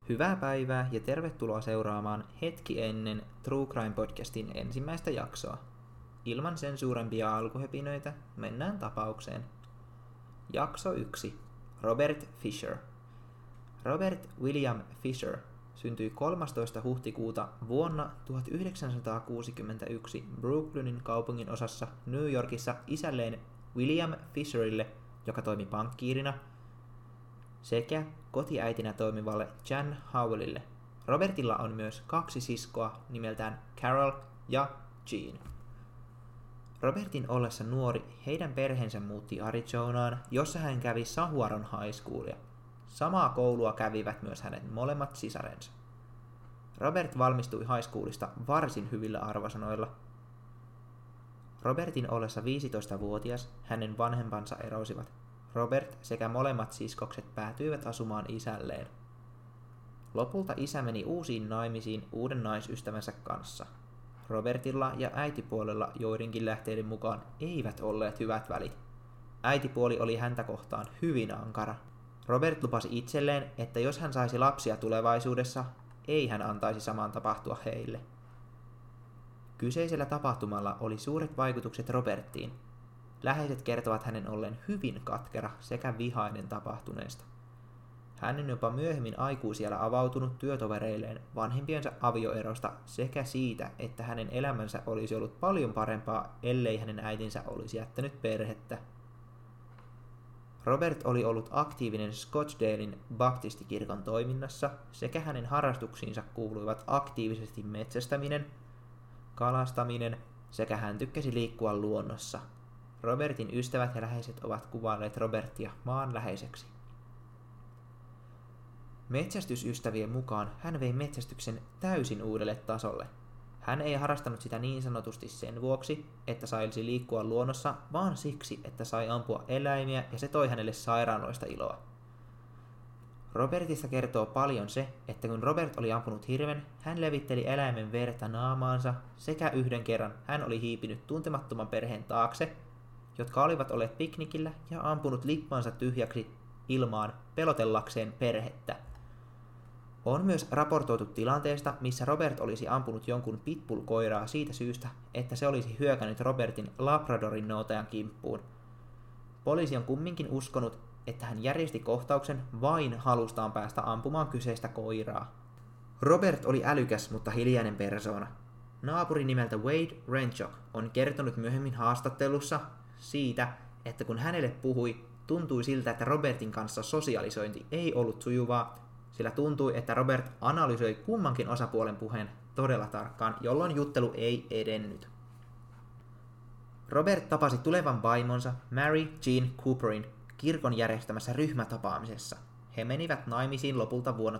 Hyvää päivää ja tervetuloa seuraamaan hetki ennen True Crime Podcastin ensimmäistä jaksoa. Ilman sen suurempia alkuhepinöitä mennään tapaukseen. Jakso 1. Robert Fisher. Robert William Fisher syntyi 13. huhtikuuta vuonna 1961 Brooklynin kaupungin osassa New Yorkissa isälleen William Fisherille, joka toimi pankkiirina, sekä kotiäitinä toimivalle Jan Howellille. Robertilla on myös 2 siskoa nimeltään Carol ja Jean. Robertin ollessa nuori heidän perheensä muutti Arizonaan, jossa hän kävi Sahuaron High Schoolia. Samaa koulua kävivät myös hänen molemmat sisarensa. Robert valmistui high schoolista varsin hyvillä arvosanoilla. Robertin ollessa 15-vuotias hänen vanhempansa erosivat. Robert sekä molemmat siskokset päätyivät asumaan isälleen. Lopulta isä meni uusiin naimisiin uuden naisystävänsä kanssa. Robertilla ja äitipuolella joidenkin lähteiden mukaan eivät olleet hyvät välit. Äitipuoli oli häntä kohtaan hyvin ankara. Robert lupasi itselleen, että jos hän saisi lapsia tulevaisuudessa, ei hän antaisi saman tapahtua heille. Kyseisellä tapahtumalla oli suuret vaikutukset Roberttiin. Läheiset kertovat hänen ollen hyvin katkera sekä vihainen tapahtuneesta. Hän on jopa myöhemmin aikuisiellä avautunut työtovereilleen vanhempiensa avioerosta sekä siitä, että hänen elämänsä olisi ollut paljon parempaa, ellei hänen äitinsä olisi jättänyt perhettä. Robert oli ollut aktiivinen Scottsdalen baptistikirkon toiminnassa sekä hänen harrastuksiinsa kuuluivat aktiivisesti metsästäminen, kalastaminen sekä hän tykkäsi liikkua luonnossa. Robertin ystävät ja läheiset ovat kuvailleet Robertia maanläheiseksi. Metsästysystävien mukaan hän vei metsästyksen täysin uudelle tasolle. Hän ei harrastanut sitä niin sanotusti sen vuoksi, että saisi liikkua luonnossa, vaan siksi, että sai ampua eläimiä ja se toi hänelle sairaaloista iloa. Robertista kertoo paljon se, että kun Robert oli ampunut hirven, hän levitteli eläimen verta naamaansa sekä yhden kerran hän oli hiipinyt tuntemattoman perheen taakse, jotka olivat olleet piknikillä ja ampunut lippansa tyhjäksi ilmaan pelotellakseen perhettä. On myös raportoitu tilanteesta, missä Robert olisi ampunut jonkun pitbull-koiraa siitä syystä, että se olisi hyökännyt Robertin Labradorin noutajan kimppuun. Poliisi on kumminkin uskonut, että hän järjesti kohtauksen vain halustaan päästä ampumaan kyseistä koiraa. Robert oli älykäs, mutta hiljainen persoona. Naapuri nimeltä Wade Renchok on kertonut myöhemmin haastattelussa siitä, että kun hänelle puhui, tuntui siltä, että Robertin kanssa sosialisointi ei ollut sujuvaa, sillä tuntui, että Robert analysoi kummankin osapuolen puheen todella tarkkaan, jolloin juttelu ei edennyt. Robert tapasi tulevan vaimonsa Mary Jean Cooperin kirkon järjestämässä ryhmätapaamisessa. He menivät naimisiin lopulta vuonna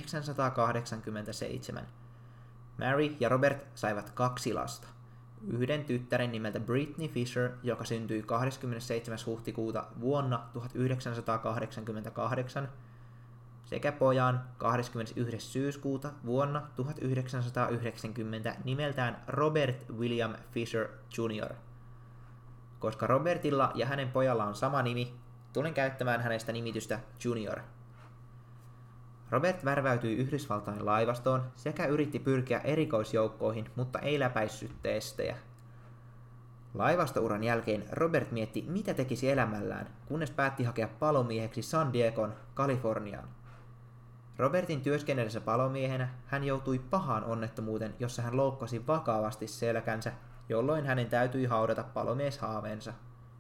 1987. Mary ja Robert saivat 2 lasta. Yhden tyttären nimeltä Britney Fisher, joka syntyi 27. huhtikuuta vuonna 1988, sekä pojan 21. syyskuuta vuonna 1990 nimeltään Robert William Fisher Jr. Koska Robertilla ja hänen pojalla on sama nimi, tulen käyttämään hänestä nimitystä Junior. Robert värväytyi Yhdysvaltain laivastoon sekä yritti pyrkiä erikoisjoukkoihin, mutta ei läpäissyt testejä. Laivastouran jälkeen Robert mietti, mitä tekisi elämällään, kunnes päätti hakea palomieheksi San Diegon, Kaliforniaan. Robertin työskennellessä palomiehenä hän joutui pahaan onnettomuuteen, jossa hän loukkasi vakavasti selkänsä, jolloin hänen täytyi haudata palomieshaaveensa.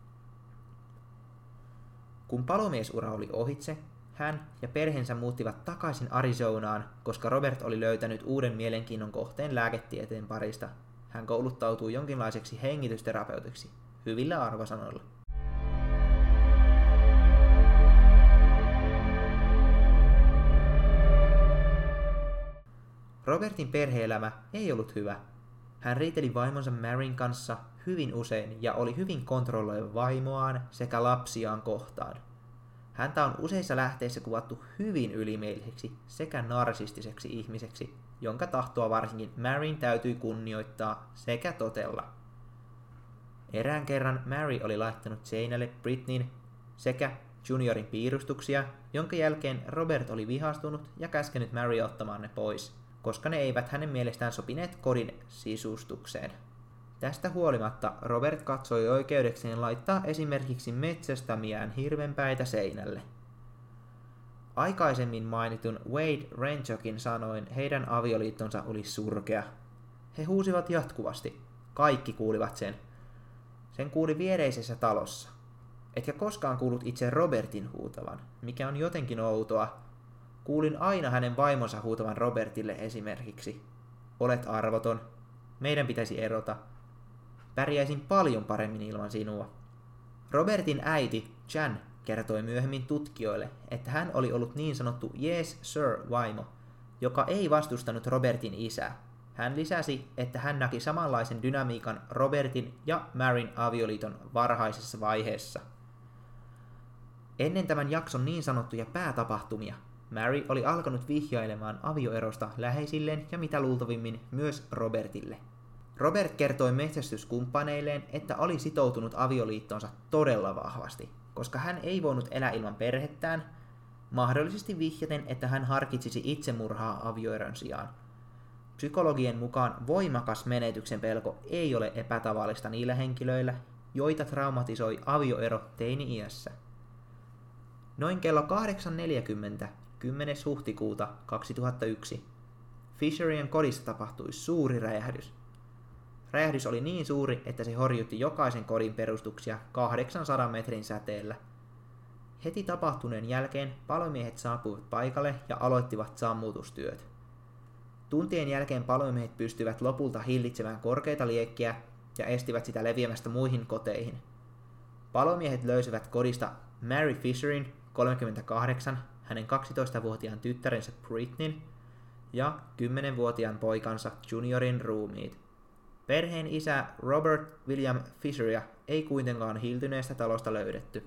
Kun palomiesura oli ohitse, hän ja perheensä muuttivat takaisin Arizonaan, koska Robert oli löytänyt uuden mielenkiinnon kohteen lääketieteen parista. Hän kouluttautui jonkinlaiseksi hengitysterapeutiksi, hyvillä arvosanoilla. Robertin perhe-elämä ei ollut hyvä. Hän riiteli vaimonsa Maryn kanssa hyvin usein ja oli hyvin kontrolloiva vaimoaan sekä lapsiaan kohtaan. Häntä on useissa lähteissä kuvattu hyvin ylimieliseksi sekä narsistiseksi ihmiseksi, jonka tahtoa varsinkin Maryn täytyi kunnioittaa sekä totella. Erään kerran Mary oli laittanut seinälle Britneyn sekä Juniorin piirustuksia, jonka jälkeen Robert oli vihastunut ja käskenyt Mary ottamaan ne pois, koska ne eivät hänen mielestään sopineet kodin sisustukseen. Tästä huolimatta Robert katsoi oikeudekseen laittaa esimerkiksi metsästämiään hirvenpäitä seinälle. Aikaisemmin mainitun Wade Renchokin sanoin heidän avioliittonsa oli surkea. He huusivat jatkuvasti. Kaikki kuulivat sen. Sen kuuli viereisessä talossa. Etkä koskaan kuullut itse Robertin huutavan, mikä on jotenkin outoa. Kuulin aina hänen vaimonsa huutavan Robertille esimerkiksi. Olet arvoton. Meidän pitäisi erota. Pärjäisin paljon paremmin ilman sinua. Robertin äiti, Jan, kertoi myöhemmin tutkijoille, että hän oli ollut niin sanottu Yes Sir-vaimo, joka ei vastustanut Robertin isää. Hän lisäsi, että hän näki samanlaisen dynamiikan Robertin ja Maryn avioliiton varhaisessa vaiheessa. Ennen tämän jakson niin sanottuja päätapahtumia, Mary oli alkanut vihjailemaan avioerosta läheisilleen ja mitä luultavimmin myös Robertille. Robert kertoi metsästyskumppaneilleen, että oli sitoutunut avioliittonsa todella vahvasti, koska hän ei voinut elää ilman perhettään, mahdollisesti vihjaten, että hän harkitsisi itsemurhaa avioeron sijaan. Psykologien mukaan voimakas menetyksen pelko ei ole epätavallista niillä henkilöillä, joita traumatisoi avioero teini-iässä. Noin kello 8.40, 10. huhtikuuta 2001, Fisherien kodissa tapahtui suuri räjähdys. Räjähdys oli niin suuri, että se horjutti jokaisen kodin perustuksia 800 metrin säteellä. Heti tapahtuneen jälkeen palomiehet saapuivat paikalle ja aloittivat sammutustyöt. Tuntien jälkeen palomiehet pystyivät lopulta hillitsemään korkeita liekkiä ja estivät sitä leviämästä muihin koteihin. Palomiehet löysivät kodista Mary Fisherin, 38, hänen 12-vuotiaan tyttärensä Britneyn ja 10-vuotiaan poikansa Juniorin ruumiit. Perheen isä Robert William Fisheria ei kuitenkaan hiltyneestä talosta löydetty.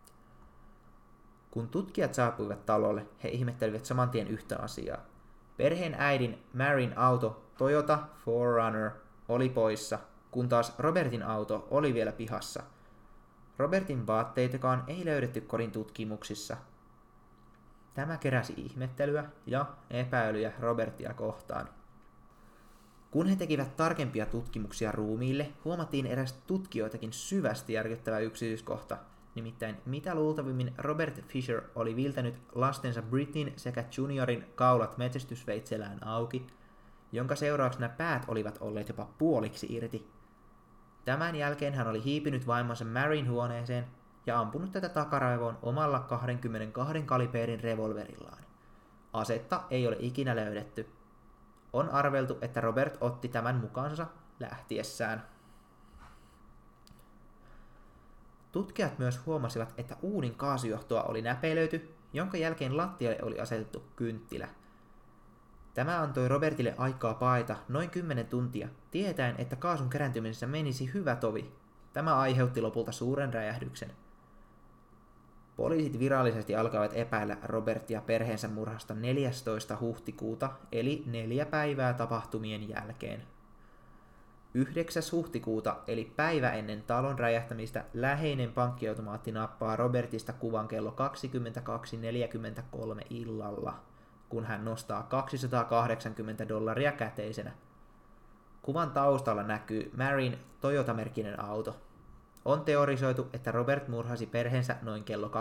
Kun tutkijat saapuivat talolle, he ihmettelivät saman tien yhtä asiaa. Perheen äidin Maryn auto Toyota 4Runner oli poissa, kun taas Robertin auto oli vielä pihassa. Robertin vaatteitakaan ei löydetty kodin tutkimuksissa. Tämä keräsi ihmettelyä ja epäilyjä Robertia kohtaan. Kun he tekivät tarkempia tutkimuksia ruumiille, huomattiin eräs tutkijoitakin syvästi järkyttävä yksityiskohta, nimittäin mitä luultavimmin Robert Fisher oli viiltänyt lastensa Britneyn sekä Juniorin kaulat metsästysveitsellään auki, jonka seurauksena päät olivat olleet jopa puoliksi irti. Tämän jälkeen hän oli hiipinyt vaimonsa Maryn huoneeseen ja ampunut tätä takaraivoon omalla 22 kaliberin revolverillaan. Asetta ei ole ikinä löydetty. On arveltu, että Robert otti tämän mukaansa lähtiessään. Tutkijat myös huomasivat, että uunin kaasujohtoa oli näpeilöity, jonka jälkeen lattialle oli asetettu kynttilä. Tämä antoi Robertille aikaa paeta noin 10 tuntia, tietäen, että kaasun kerääntymisessä menisi hyvä tovi. Tämä aiheutti lopulta suuren räjähdyksen. Poliisit virallisesti alkavat epäillä Robertia perheensä murhasta 14. huhtikuuta, eli 4 päivää tapahtumien jälkeen. 9. huhtikuuta, eli päivä ennen talon räjähtämistä, läheinen pankkiautomaatti nappaa Robertista kuvan kello 22.43 illalla, kun hän nostaa $280 käteisenä. Kuvan taustalla näkyy Maryn Toyota-merkkinen auto. On teorisoitu, että Robert murhasi perheensä noin kello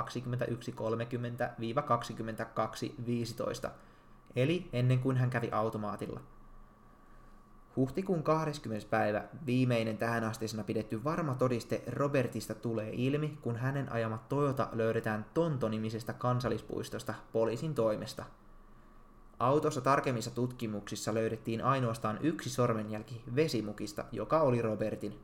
21.30–22.15, eli ennen kuin hän kävi automaatilla. Huhtikuun 20. päivä, viimeinen tähänastisena pidetty varma todiste Robertista tulee ilmi, kun hänen ajama Toyota löydetään Tonto-nimisestä kansallispuistosta poliisin toimesta. Autossa tarkemmissa tutkimuksissa löydettiin ainoastaan yksi sormenjälki vesimukista, joka oli Robertin.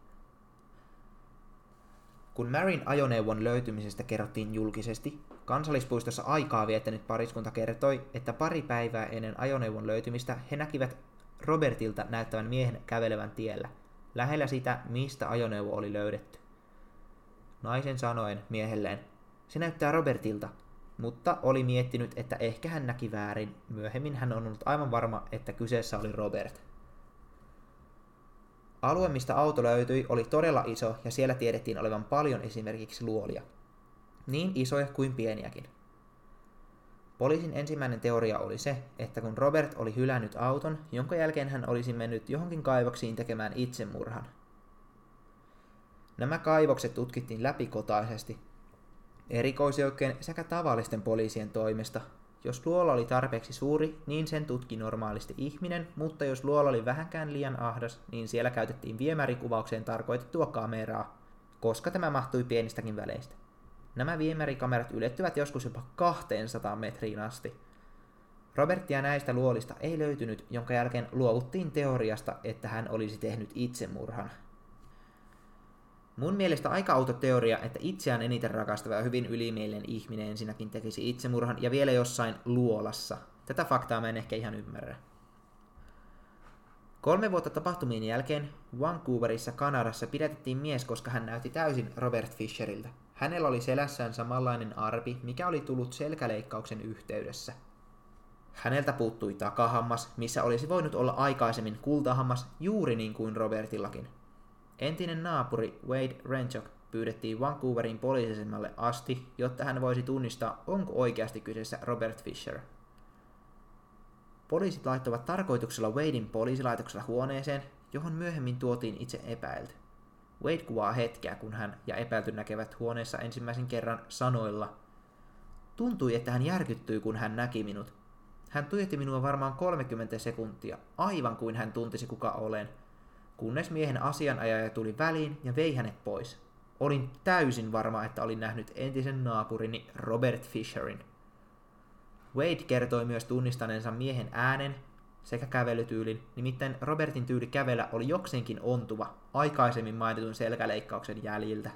Kun Maryn ajoneuvon löytymisestä kerrottiin julkisesti, kansallispuistossa aikaa viettänyt pariskunta kertoi, että pari päivää ennen ajoneuvon löytymistä he näkivät Robertilta näyttävän miehen kävelevän tiellä, lähellä sitä, mistä ajoneuvo oli löydetty. Naisen sanoen miehelleen, se näyttää Robertilta, mutta oli miettinyt, että ehkä hän näki väärin. Myöhemmin hän on ollut aivan varma, että kyseessä oli Robert. Alue, mistä auto löytyi, oli todella iso ja siellä tiedettiin olevan paljon esimerkiksi luolia. niin isoja kuin pieniäkin. Poliisin ensimmäinen teoria oli se, että kun Robert oli hylännyt auton, jonka jälkeen hän olisi mennyt johonkin kaivoksiin tekemään itsemurhan. Nämä kaivokset tutkittiin läpikotaisesti, erikoisjoukkojen sekä tavallisten poliisien toimesta. Jos luola oli tarpeeksi suuri, niin sen tutki normaalisti ihminen, mutta jos luola oli vähänkään liian ahdas, niin siellä käytettiin viemärikuvaukseen tarkoitettua kameraa, koska tämä mahtui pienistäkin väleistä. Nämä viemärikamerat ylettyvät joskus jopa 200 metriin asti. Robertia näistä luolista ei löytynyt, jonka jälkeen luovuttiin teoriasta, että hän olisi tehnyt itsemurhan. Mun mielestä aika outo teoria, että itseään eniten rakastava ja hyvin ylimielinen ihminen ensinnäkin tekisi itsemurhan ja vielä jossain luolassa. Tätä faktaa mä en ehkä ihan ymmärrä. 3 vuotta tapahtumien jälkeen Vancouverissa, Kanadassa pidätettiin mies, koska hän näytti täysin Robert Fisheriltä. Hänellä oli selässään samanlainen arpi, mikä oli tullut selkäleikkauksen yhteydessä. Häneltä puuttui takahammas, missä olisi voinut olla aikaisemmin kultahammas juuri niin kuin Robertillakin. Entinen naapuri Wade Renchok pyydettiin Vancouverin poliisiasemalle asti, jotta hän voisi tunnistaa, onko oikeasti kyseessä Robert Fisher. Poliisit laittoivat tarkoituksella Waden poliisilaitoksella huoneeseen, johon myöhemmin tuotiin itse epäilty. Wade kuvaa hetkeä, kun hän ja epäilty näkevät huoneessa ensimmäisen kerran sanoilla. Tuntui, että hän järkyttyi, kun hän näki minut. Hän tuijotti minua varmaan 30 sekuntia, aivan kuin hän tuntisi kuka olen, kunnes miehen asianajaja tuli väliin ja vei hänet pois. Olin täysin varma, että olin nähnyt entisen naapurini Robert Fisherin. Wade kertoi myös tunnistaneensa miehen äänen sekä kävelytyylin, nimittäin Robertin tyyli kävellä oli jokseenkin ontuva aikaisemmin mainitun selkäleikkauksen jäljiltä.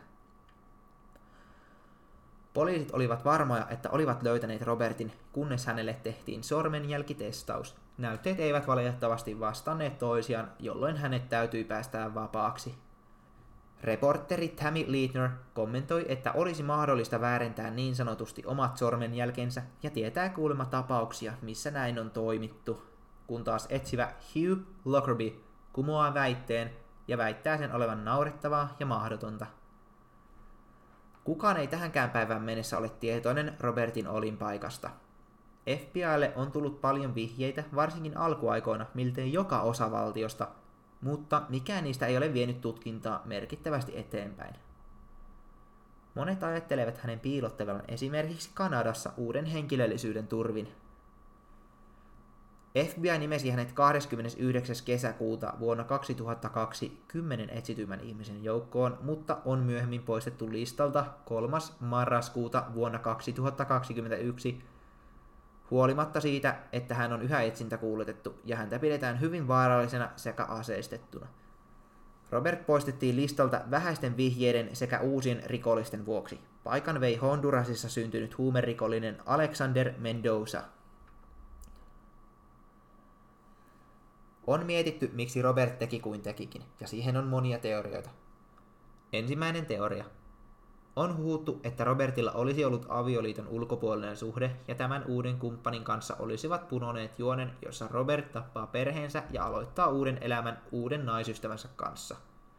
Poliisit olivat varmoja, että olivat löytäneet Robertin, kunnes hänelle tehtiin sormenjälkitestaus. Näytteet eivät valitettavasti vastanneet toisiaan, jolloin hänet täytyi päästää vapaaksi. Reporteri Tammy Leitner kommentoi, että olisi mahdollista väärentää niin sanotusti omat sormenjälkensä ja tietää kuulemma tapauksia, missä näin on toimittu, kun taas etsivä Hugh Lockerbie kumoaa väitteen ja väittää sen olevan naurettavaa ja mahdotonta. Kukaan ei tähänkään päivään mennessä ole tietoinen Robertin olinpaikasta. FBI:lle on tullut paljon vihjeitä, varsinkin alkuaikoina, miltei joka osavaltiosta, mutta mikään niistä ei ole vienyt tutkintaa merkittävästi eteenpäin. Monet ajattelevat hänen piilottelevan esimerkiksi Kanadassa uuden henkilöllisyyden turvin. FBI nimesi hänet 29. kesäkuuta vuonna 2002 10 etsitymän ihmisen joukkoon, mutta on myöhemmin poistettu listalta 3. marraskuuta vuonna 2021, huolimatta siitä, että hän on yhä etsintäkuulutettu ja häntä pidetään hyvin vaarallisena sekä aseistettuna. Robert poistettiin listalta vähäisten vihjeiden sekä uusien rikollisten vuoksi. Paikan vei Hondurasissa syntynyt huumerikollinen Alexander Mendoza. On mietitty, miksi Robert teki kuin tekikin, ja siihen on monia teorioita. Ensimmäinen teoria. On huhuttu, että Robertilla olisi ollut avioliiton ulkopuolinen suhde, ja tämän uuden kumppanin kanssa olisivat punoneet juonen, jossa Robert tappaa perheensä ja aloittaa uuden elämän uuden naisystävänsä kanssa.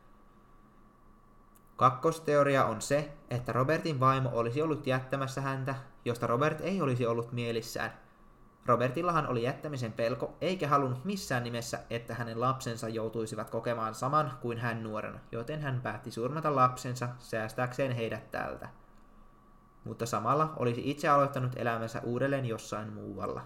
Kakkosteoria on se, että Robertin vaimo olisi ollut jättämässä häntä, josta Robert ei olisi ollut mielissään. Robertillahan oli jättämisen pelko, eikä halunnut missään nimessä, että hänen lapsensa joutuisivat kokemaan saman kuin hän nuorena, joten hän päätti surmata lapsensa säästääkseen heidät tältä. Mutta samalla olisi itse aloittanut elämänsä uudelleen jossain muualla.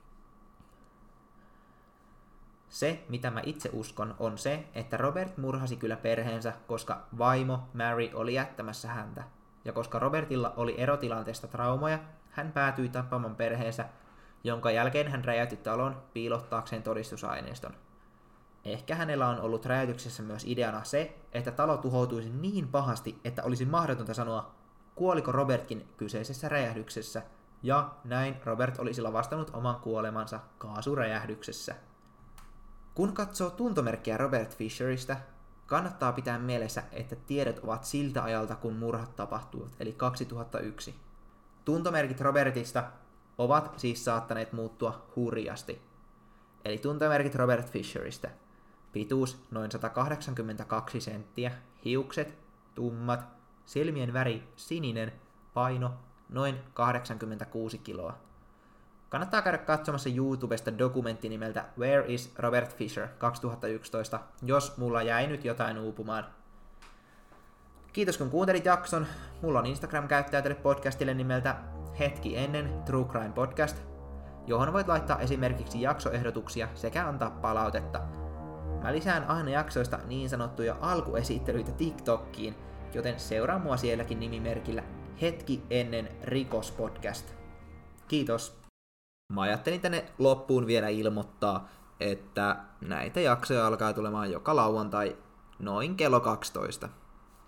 Se, mitä mä itse uskon, on se, että Robert murhasi kyllä perheensä, koska vaimo Mary oli jättämässä häntä. Ja koska Robertilla oli erotilanteesta traumoja, hän päätyi tappamaan perheensä, jonka jälkeen hän räjäytti talon piilottaakseen todistusaineiston. Ehkä hänellä on ollut räjäytyksessä myös ideana se, että talo tuhoutuisi niin pahasti, että olisi mahdotonta sanoa, kuoliko Robertkin kyseisessä räjähdyksessä, ja näin Robert olisi lavastannut oman kuolemansa kaasuräjähdyksessä. Kun katsoo tuntomerkkiä Robert Fisheristä, kannattaa pitää mielessä, että tiedot ovat siltä ajalta, kun murhat tapahtuivat, eli 2001. Tuntomerkit Robertista ovat siis saattaneet muuttua hurjasti. Eli tuntomerkit Robert Fisheristä. Pituus noin 182 senttiä, hiukset tummat, silmien väri sininen, paino noin 86 kiloa. Kannattaa käydä katsomassa YouTubesta dokumentti nimeltä Where is Robert Fisher 2011, jos mulla jäi nyt jotain uupumaan. Kiitos kun kuuntelit jakson. Mulla on Instagram-käyttäjä tälle podcastille nimeltä Hetki ennen True Crime Podcast, johon voit laittaa esimerkiksi jaksoehdotuksia sekä antaa palautetta. Mä lisään aina jaksoista niin sanottuja alkuesittelyitä TikTokkiin, joten seuraa mua sielläkin nimimerkillä Hetki ennen rikospodcast. Kiitos! Mä ajattelin tänne loppuun vielä ilmoittaa, että näitä jaksoja alkaa tulemaan joka lauantai noin kello 12.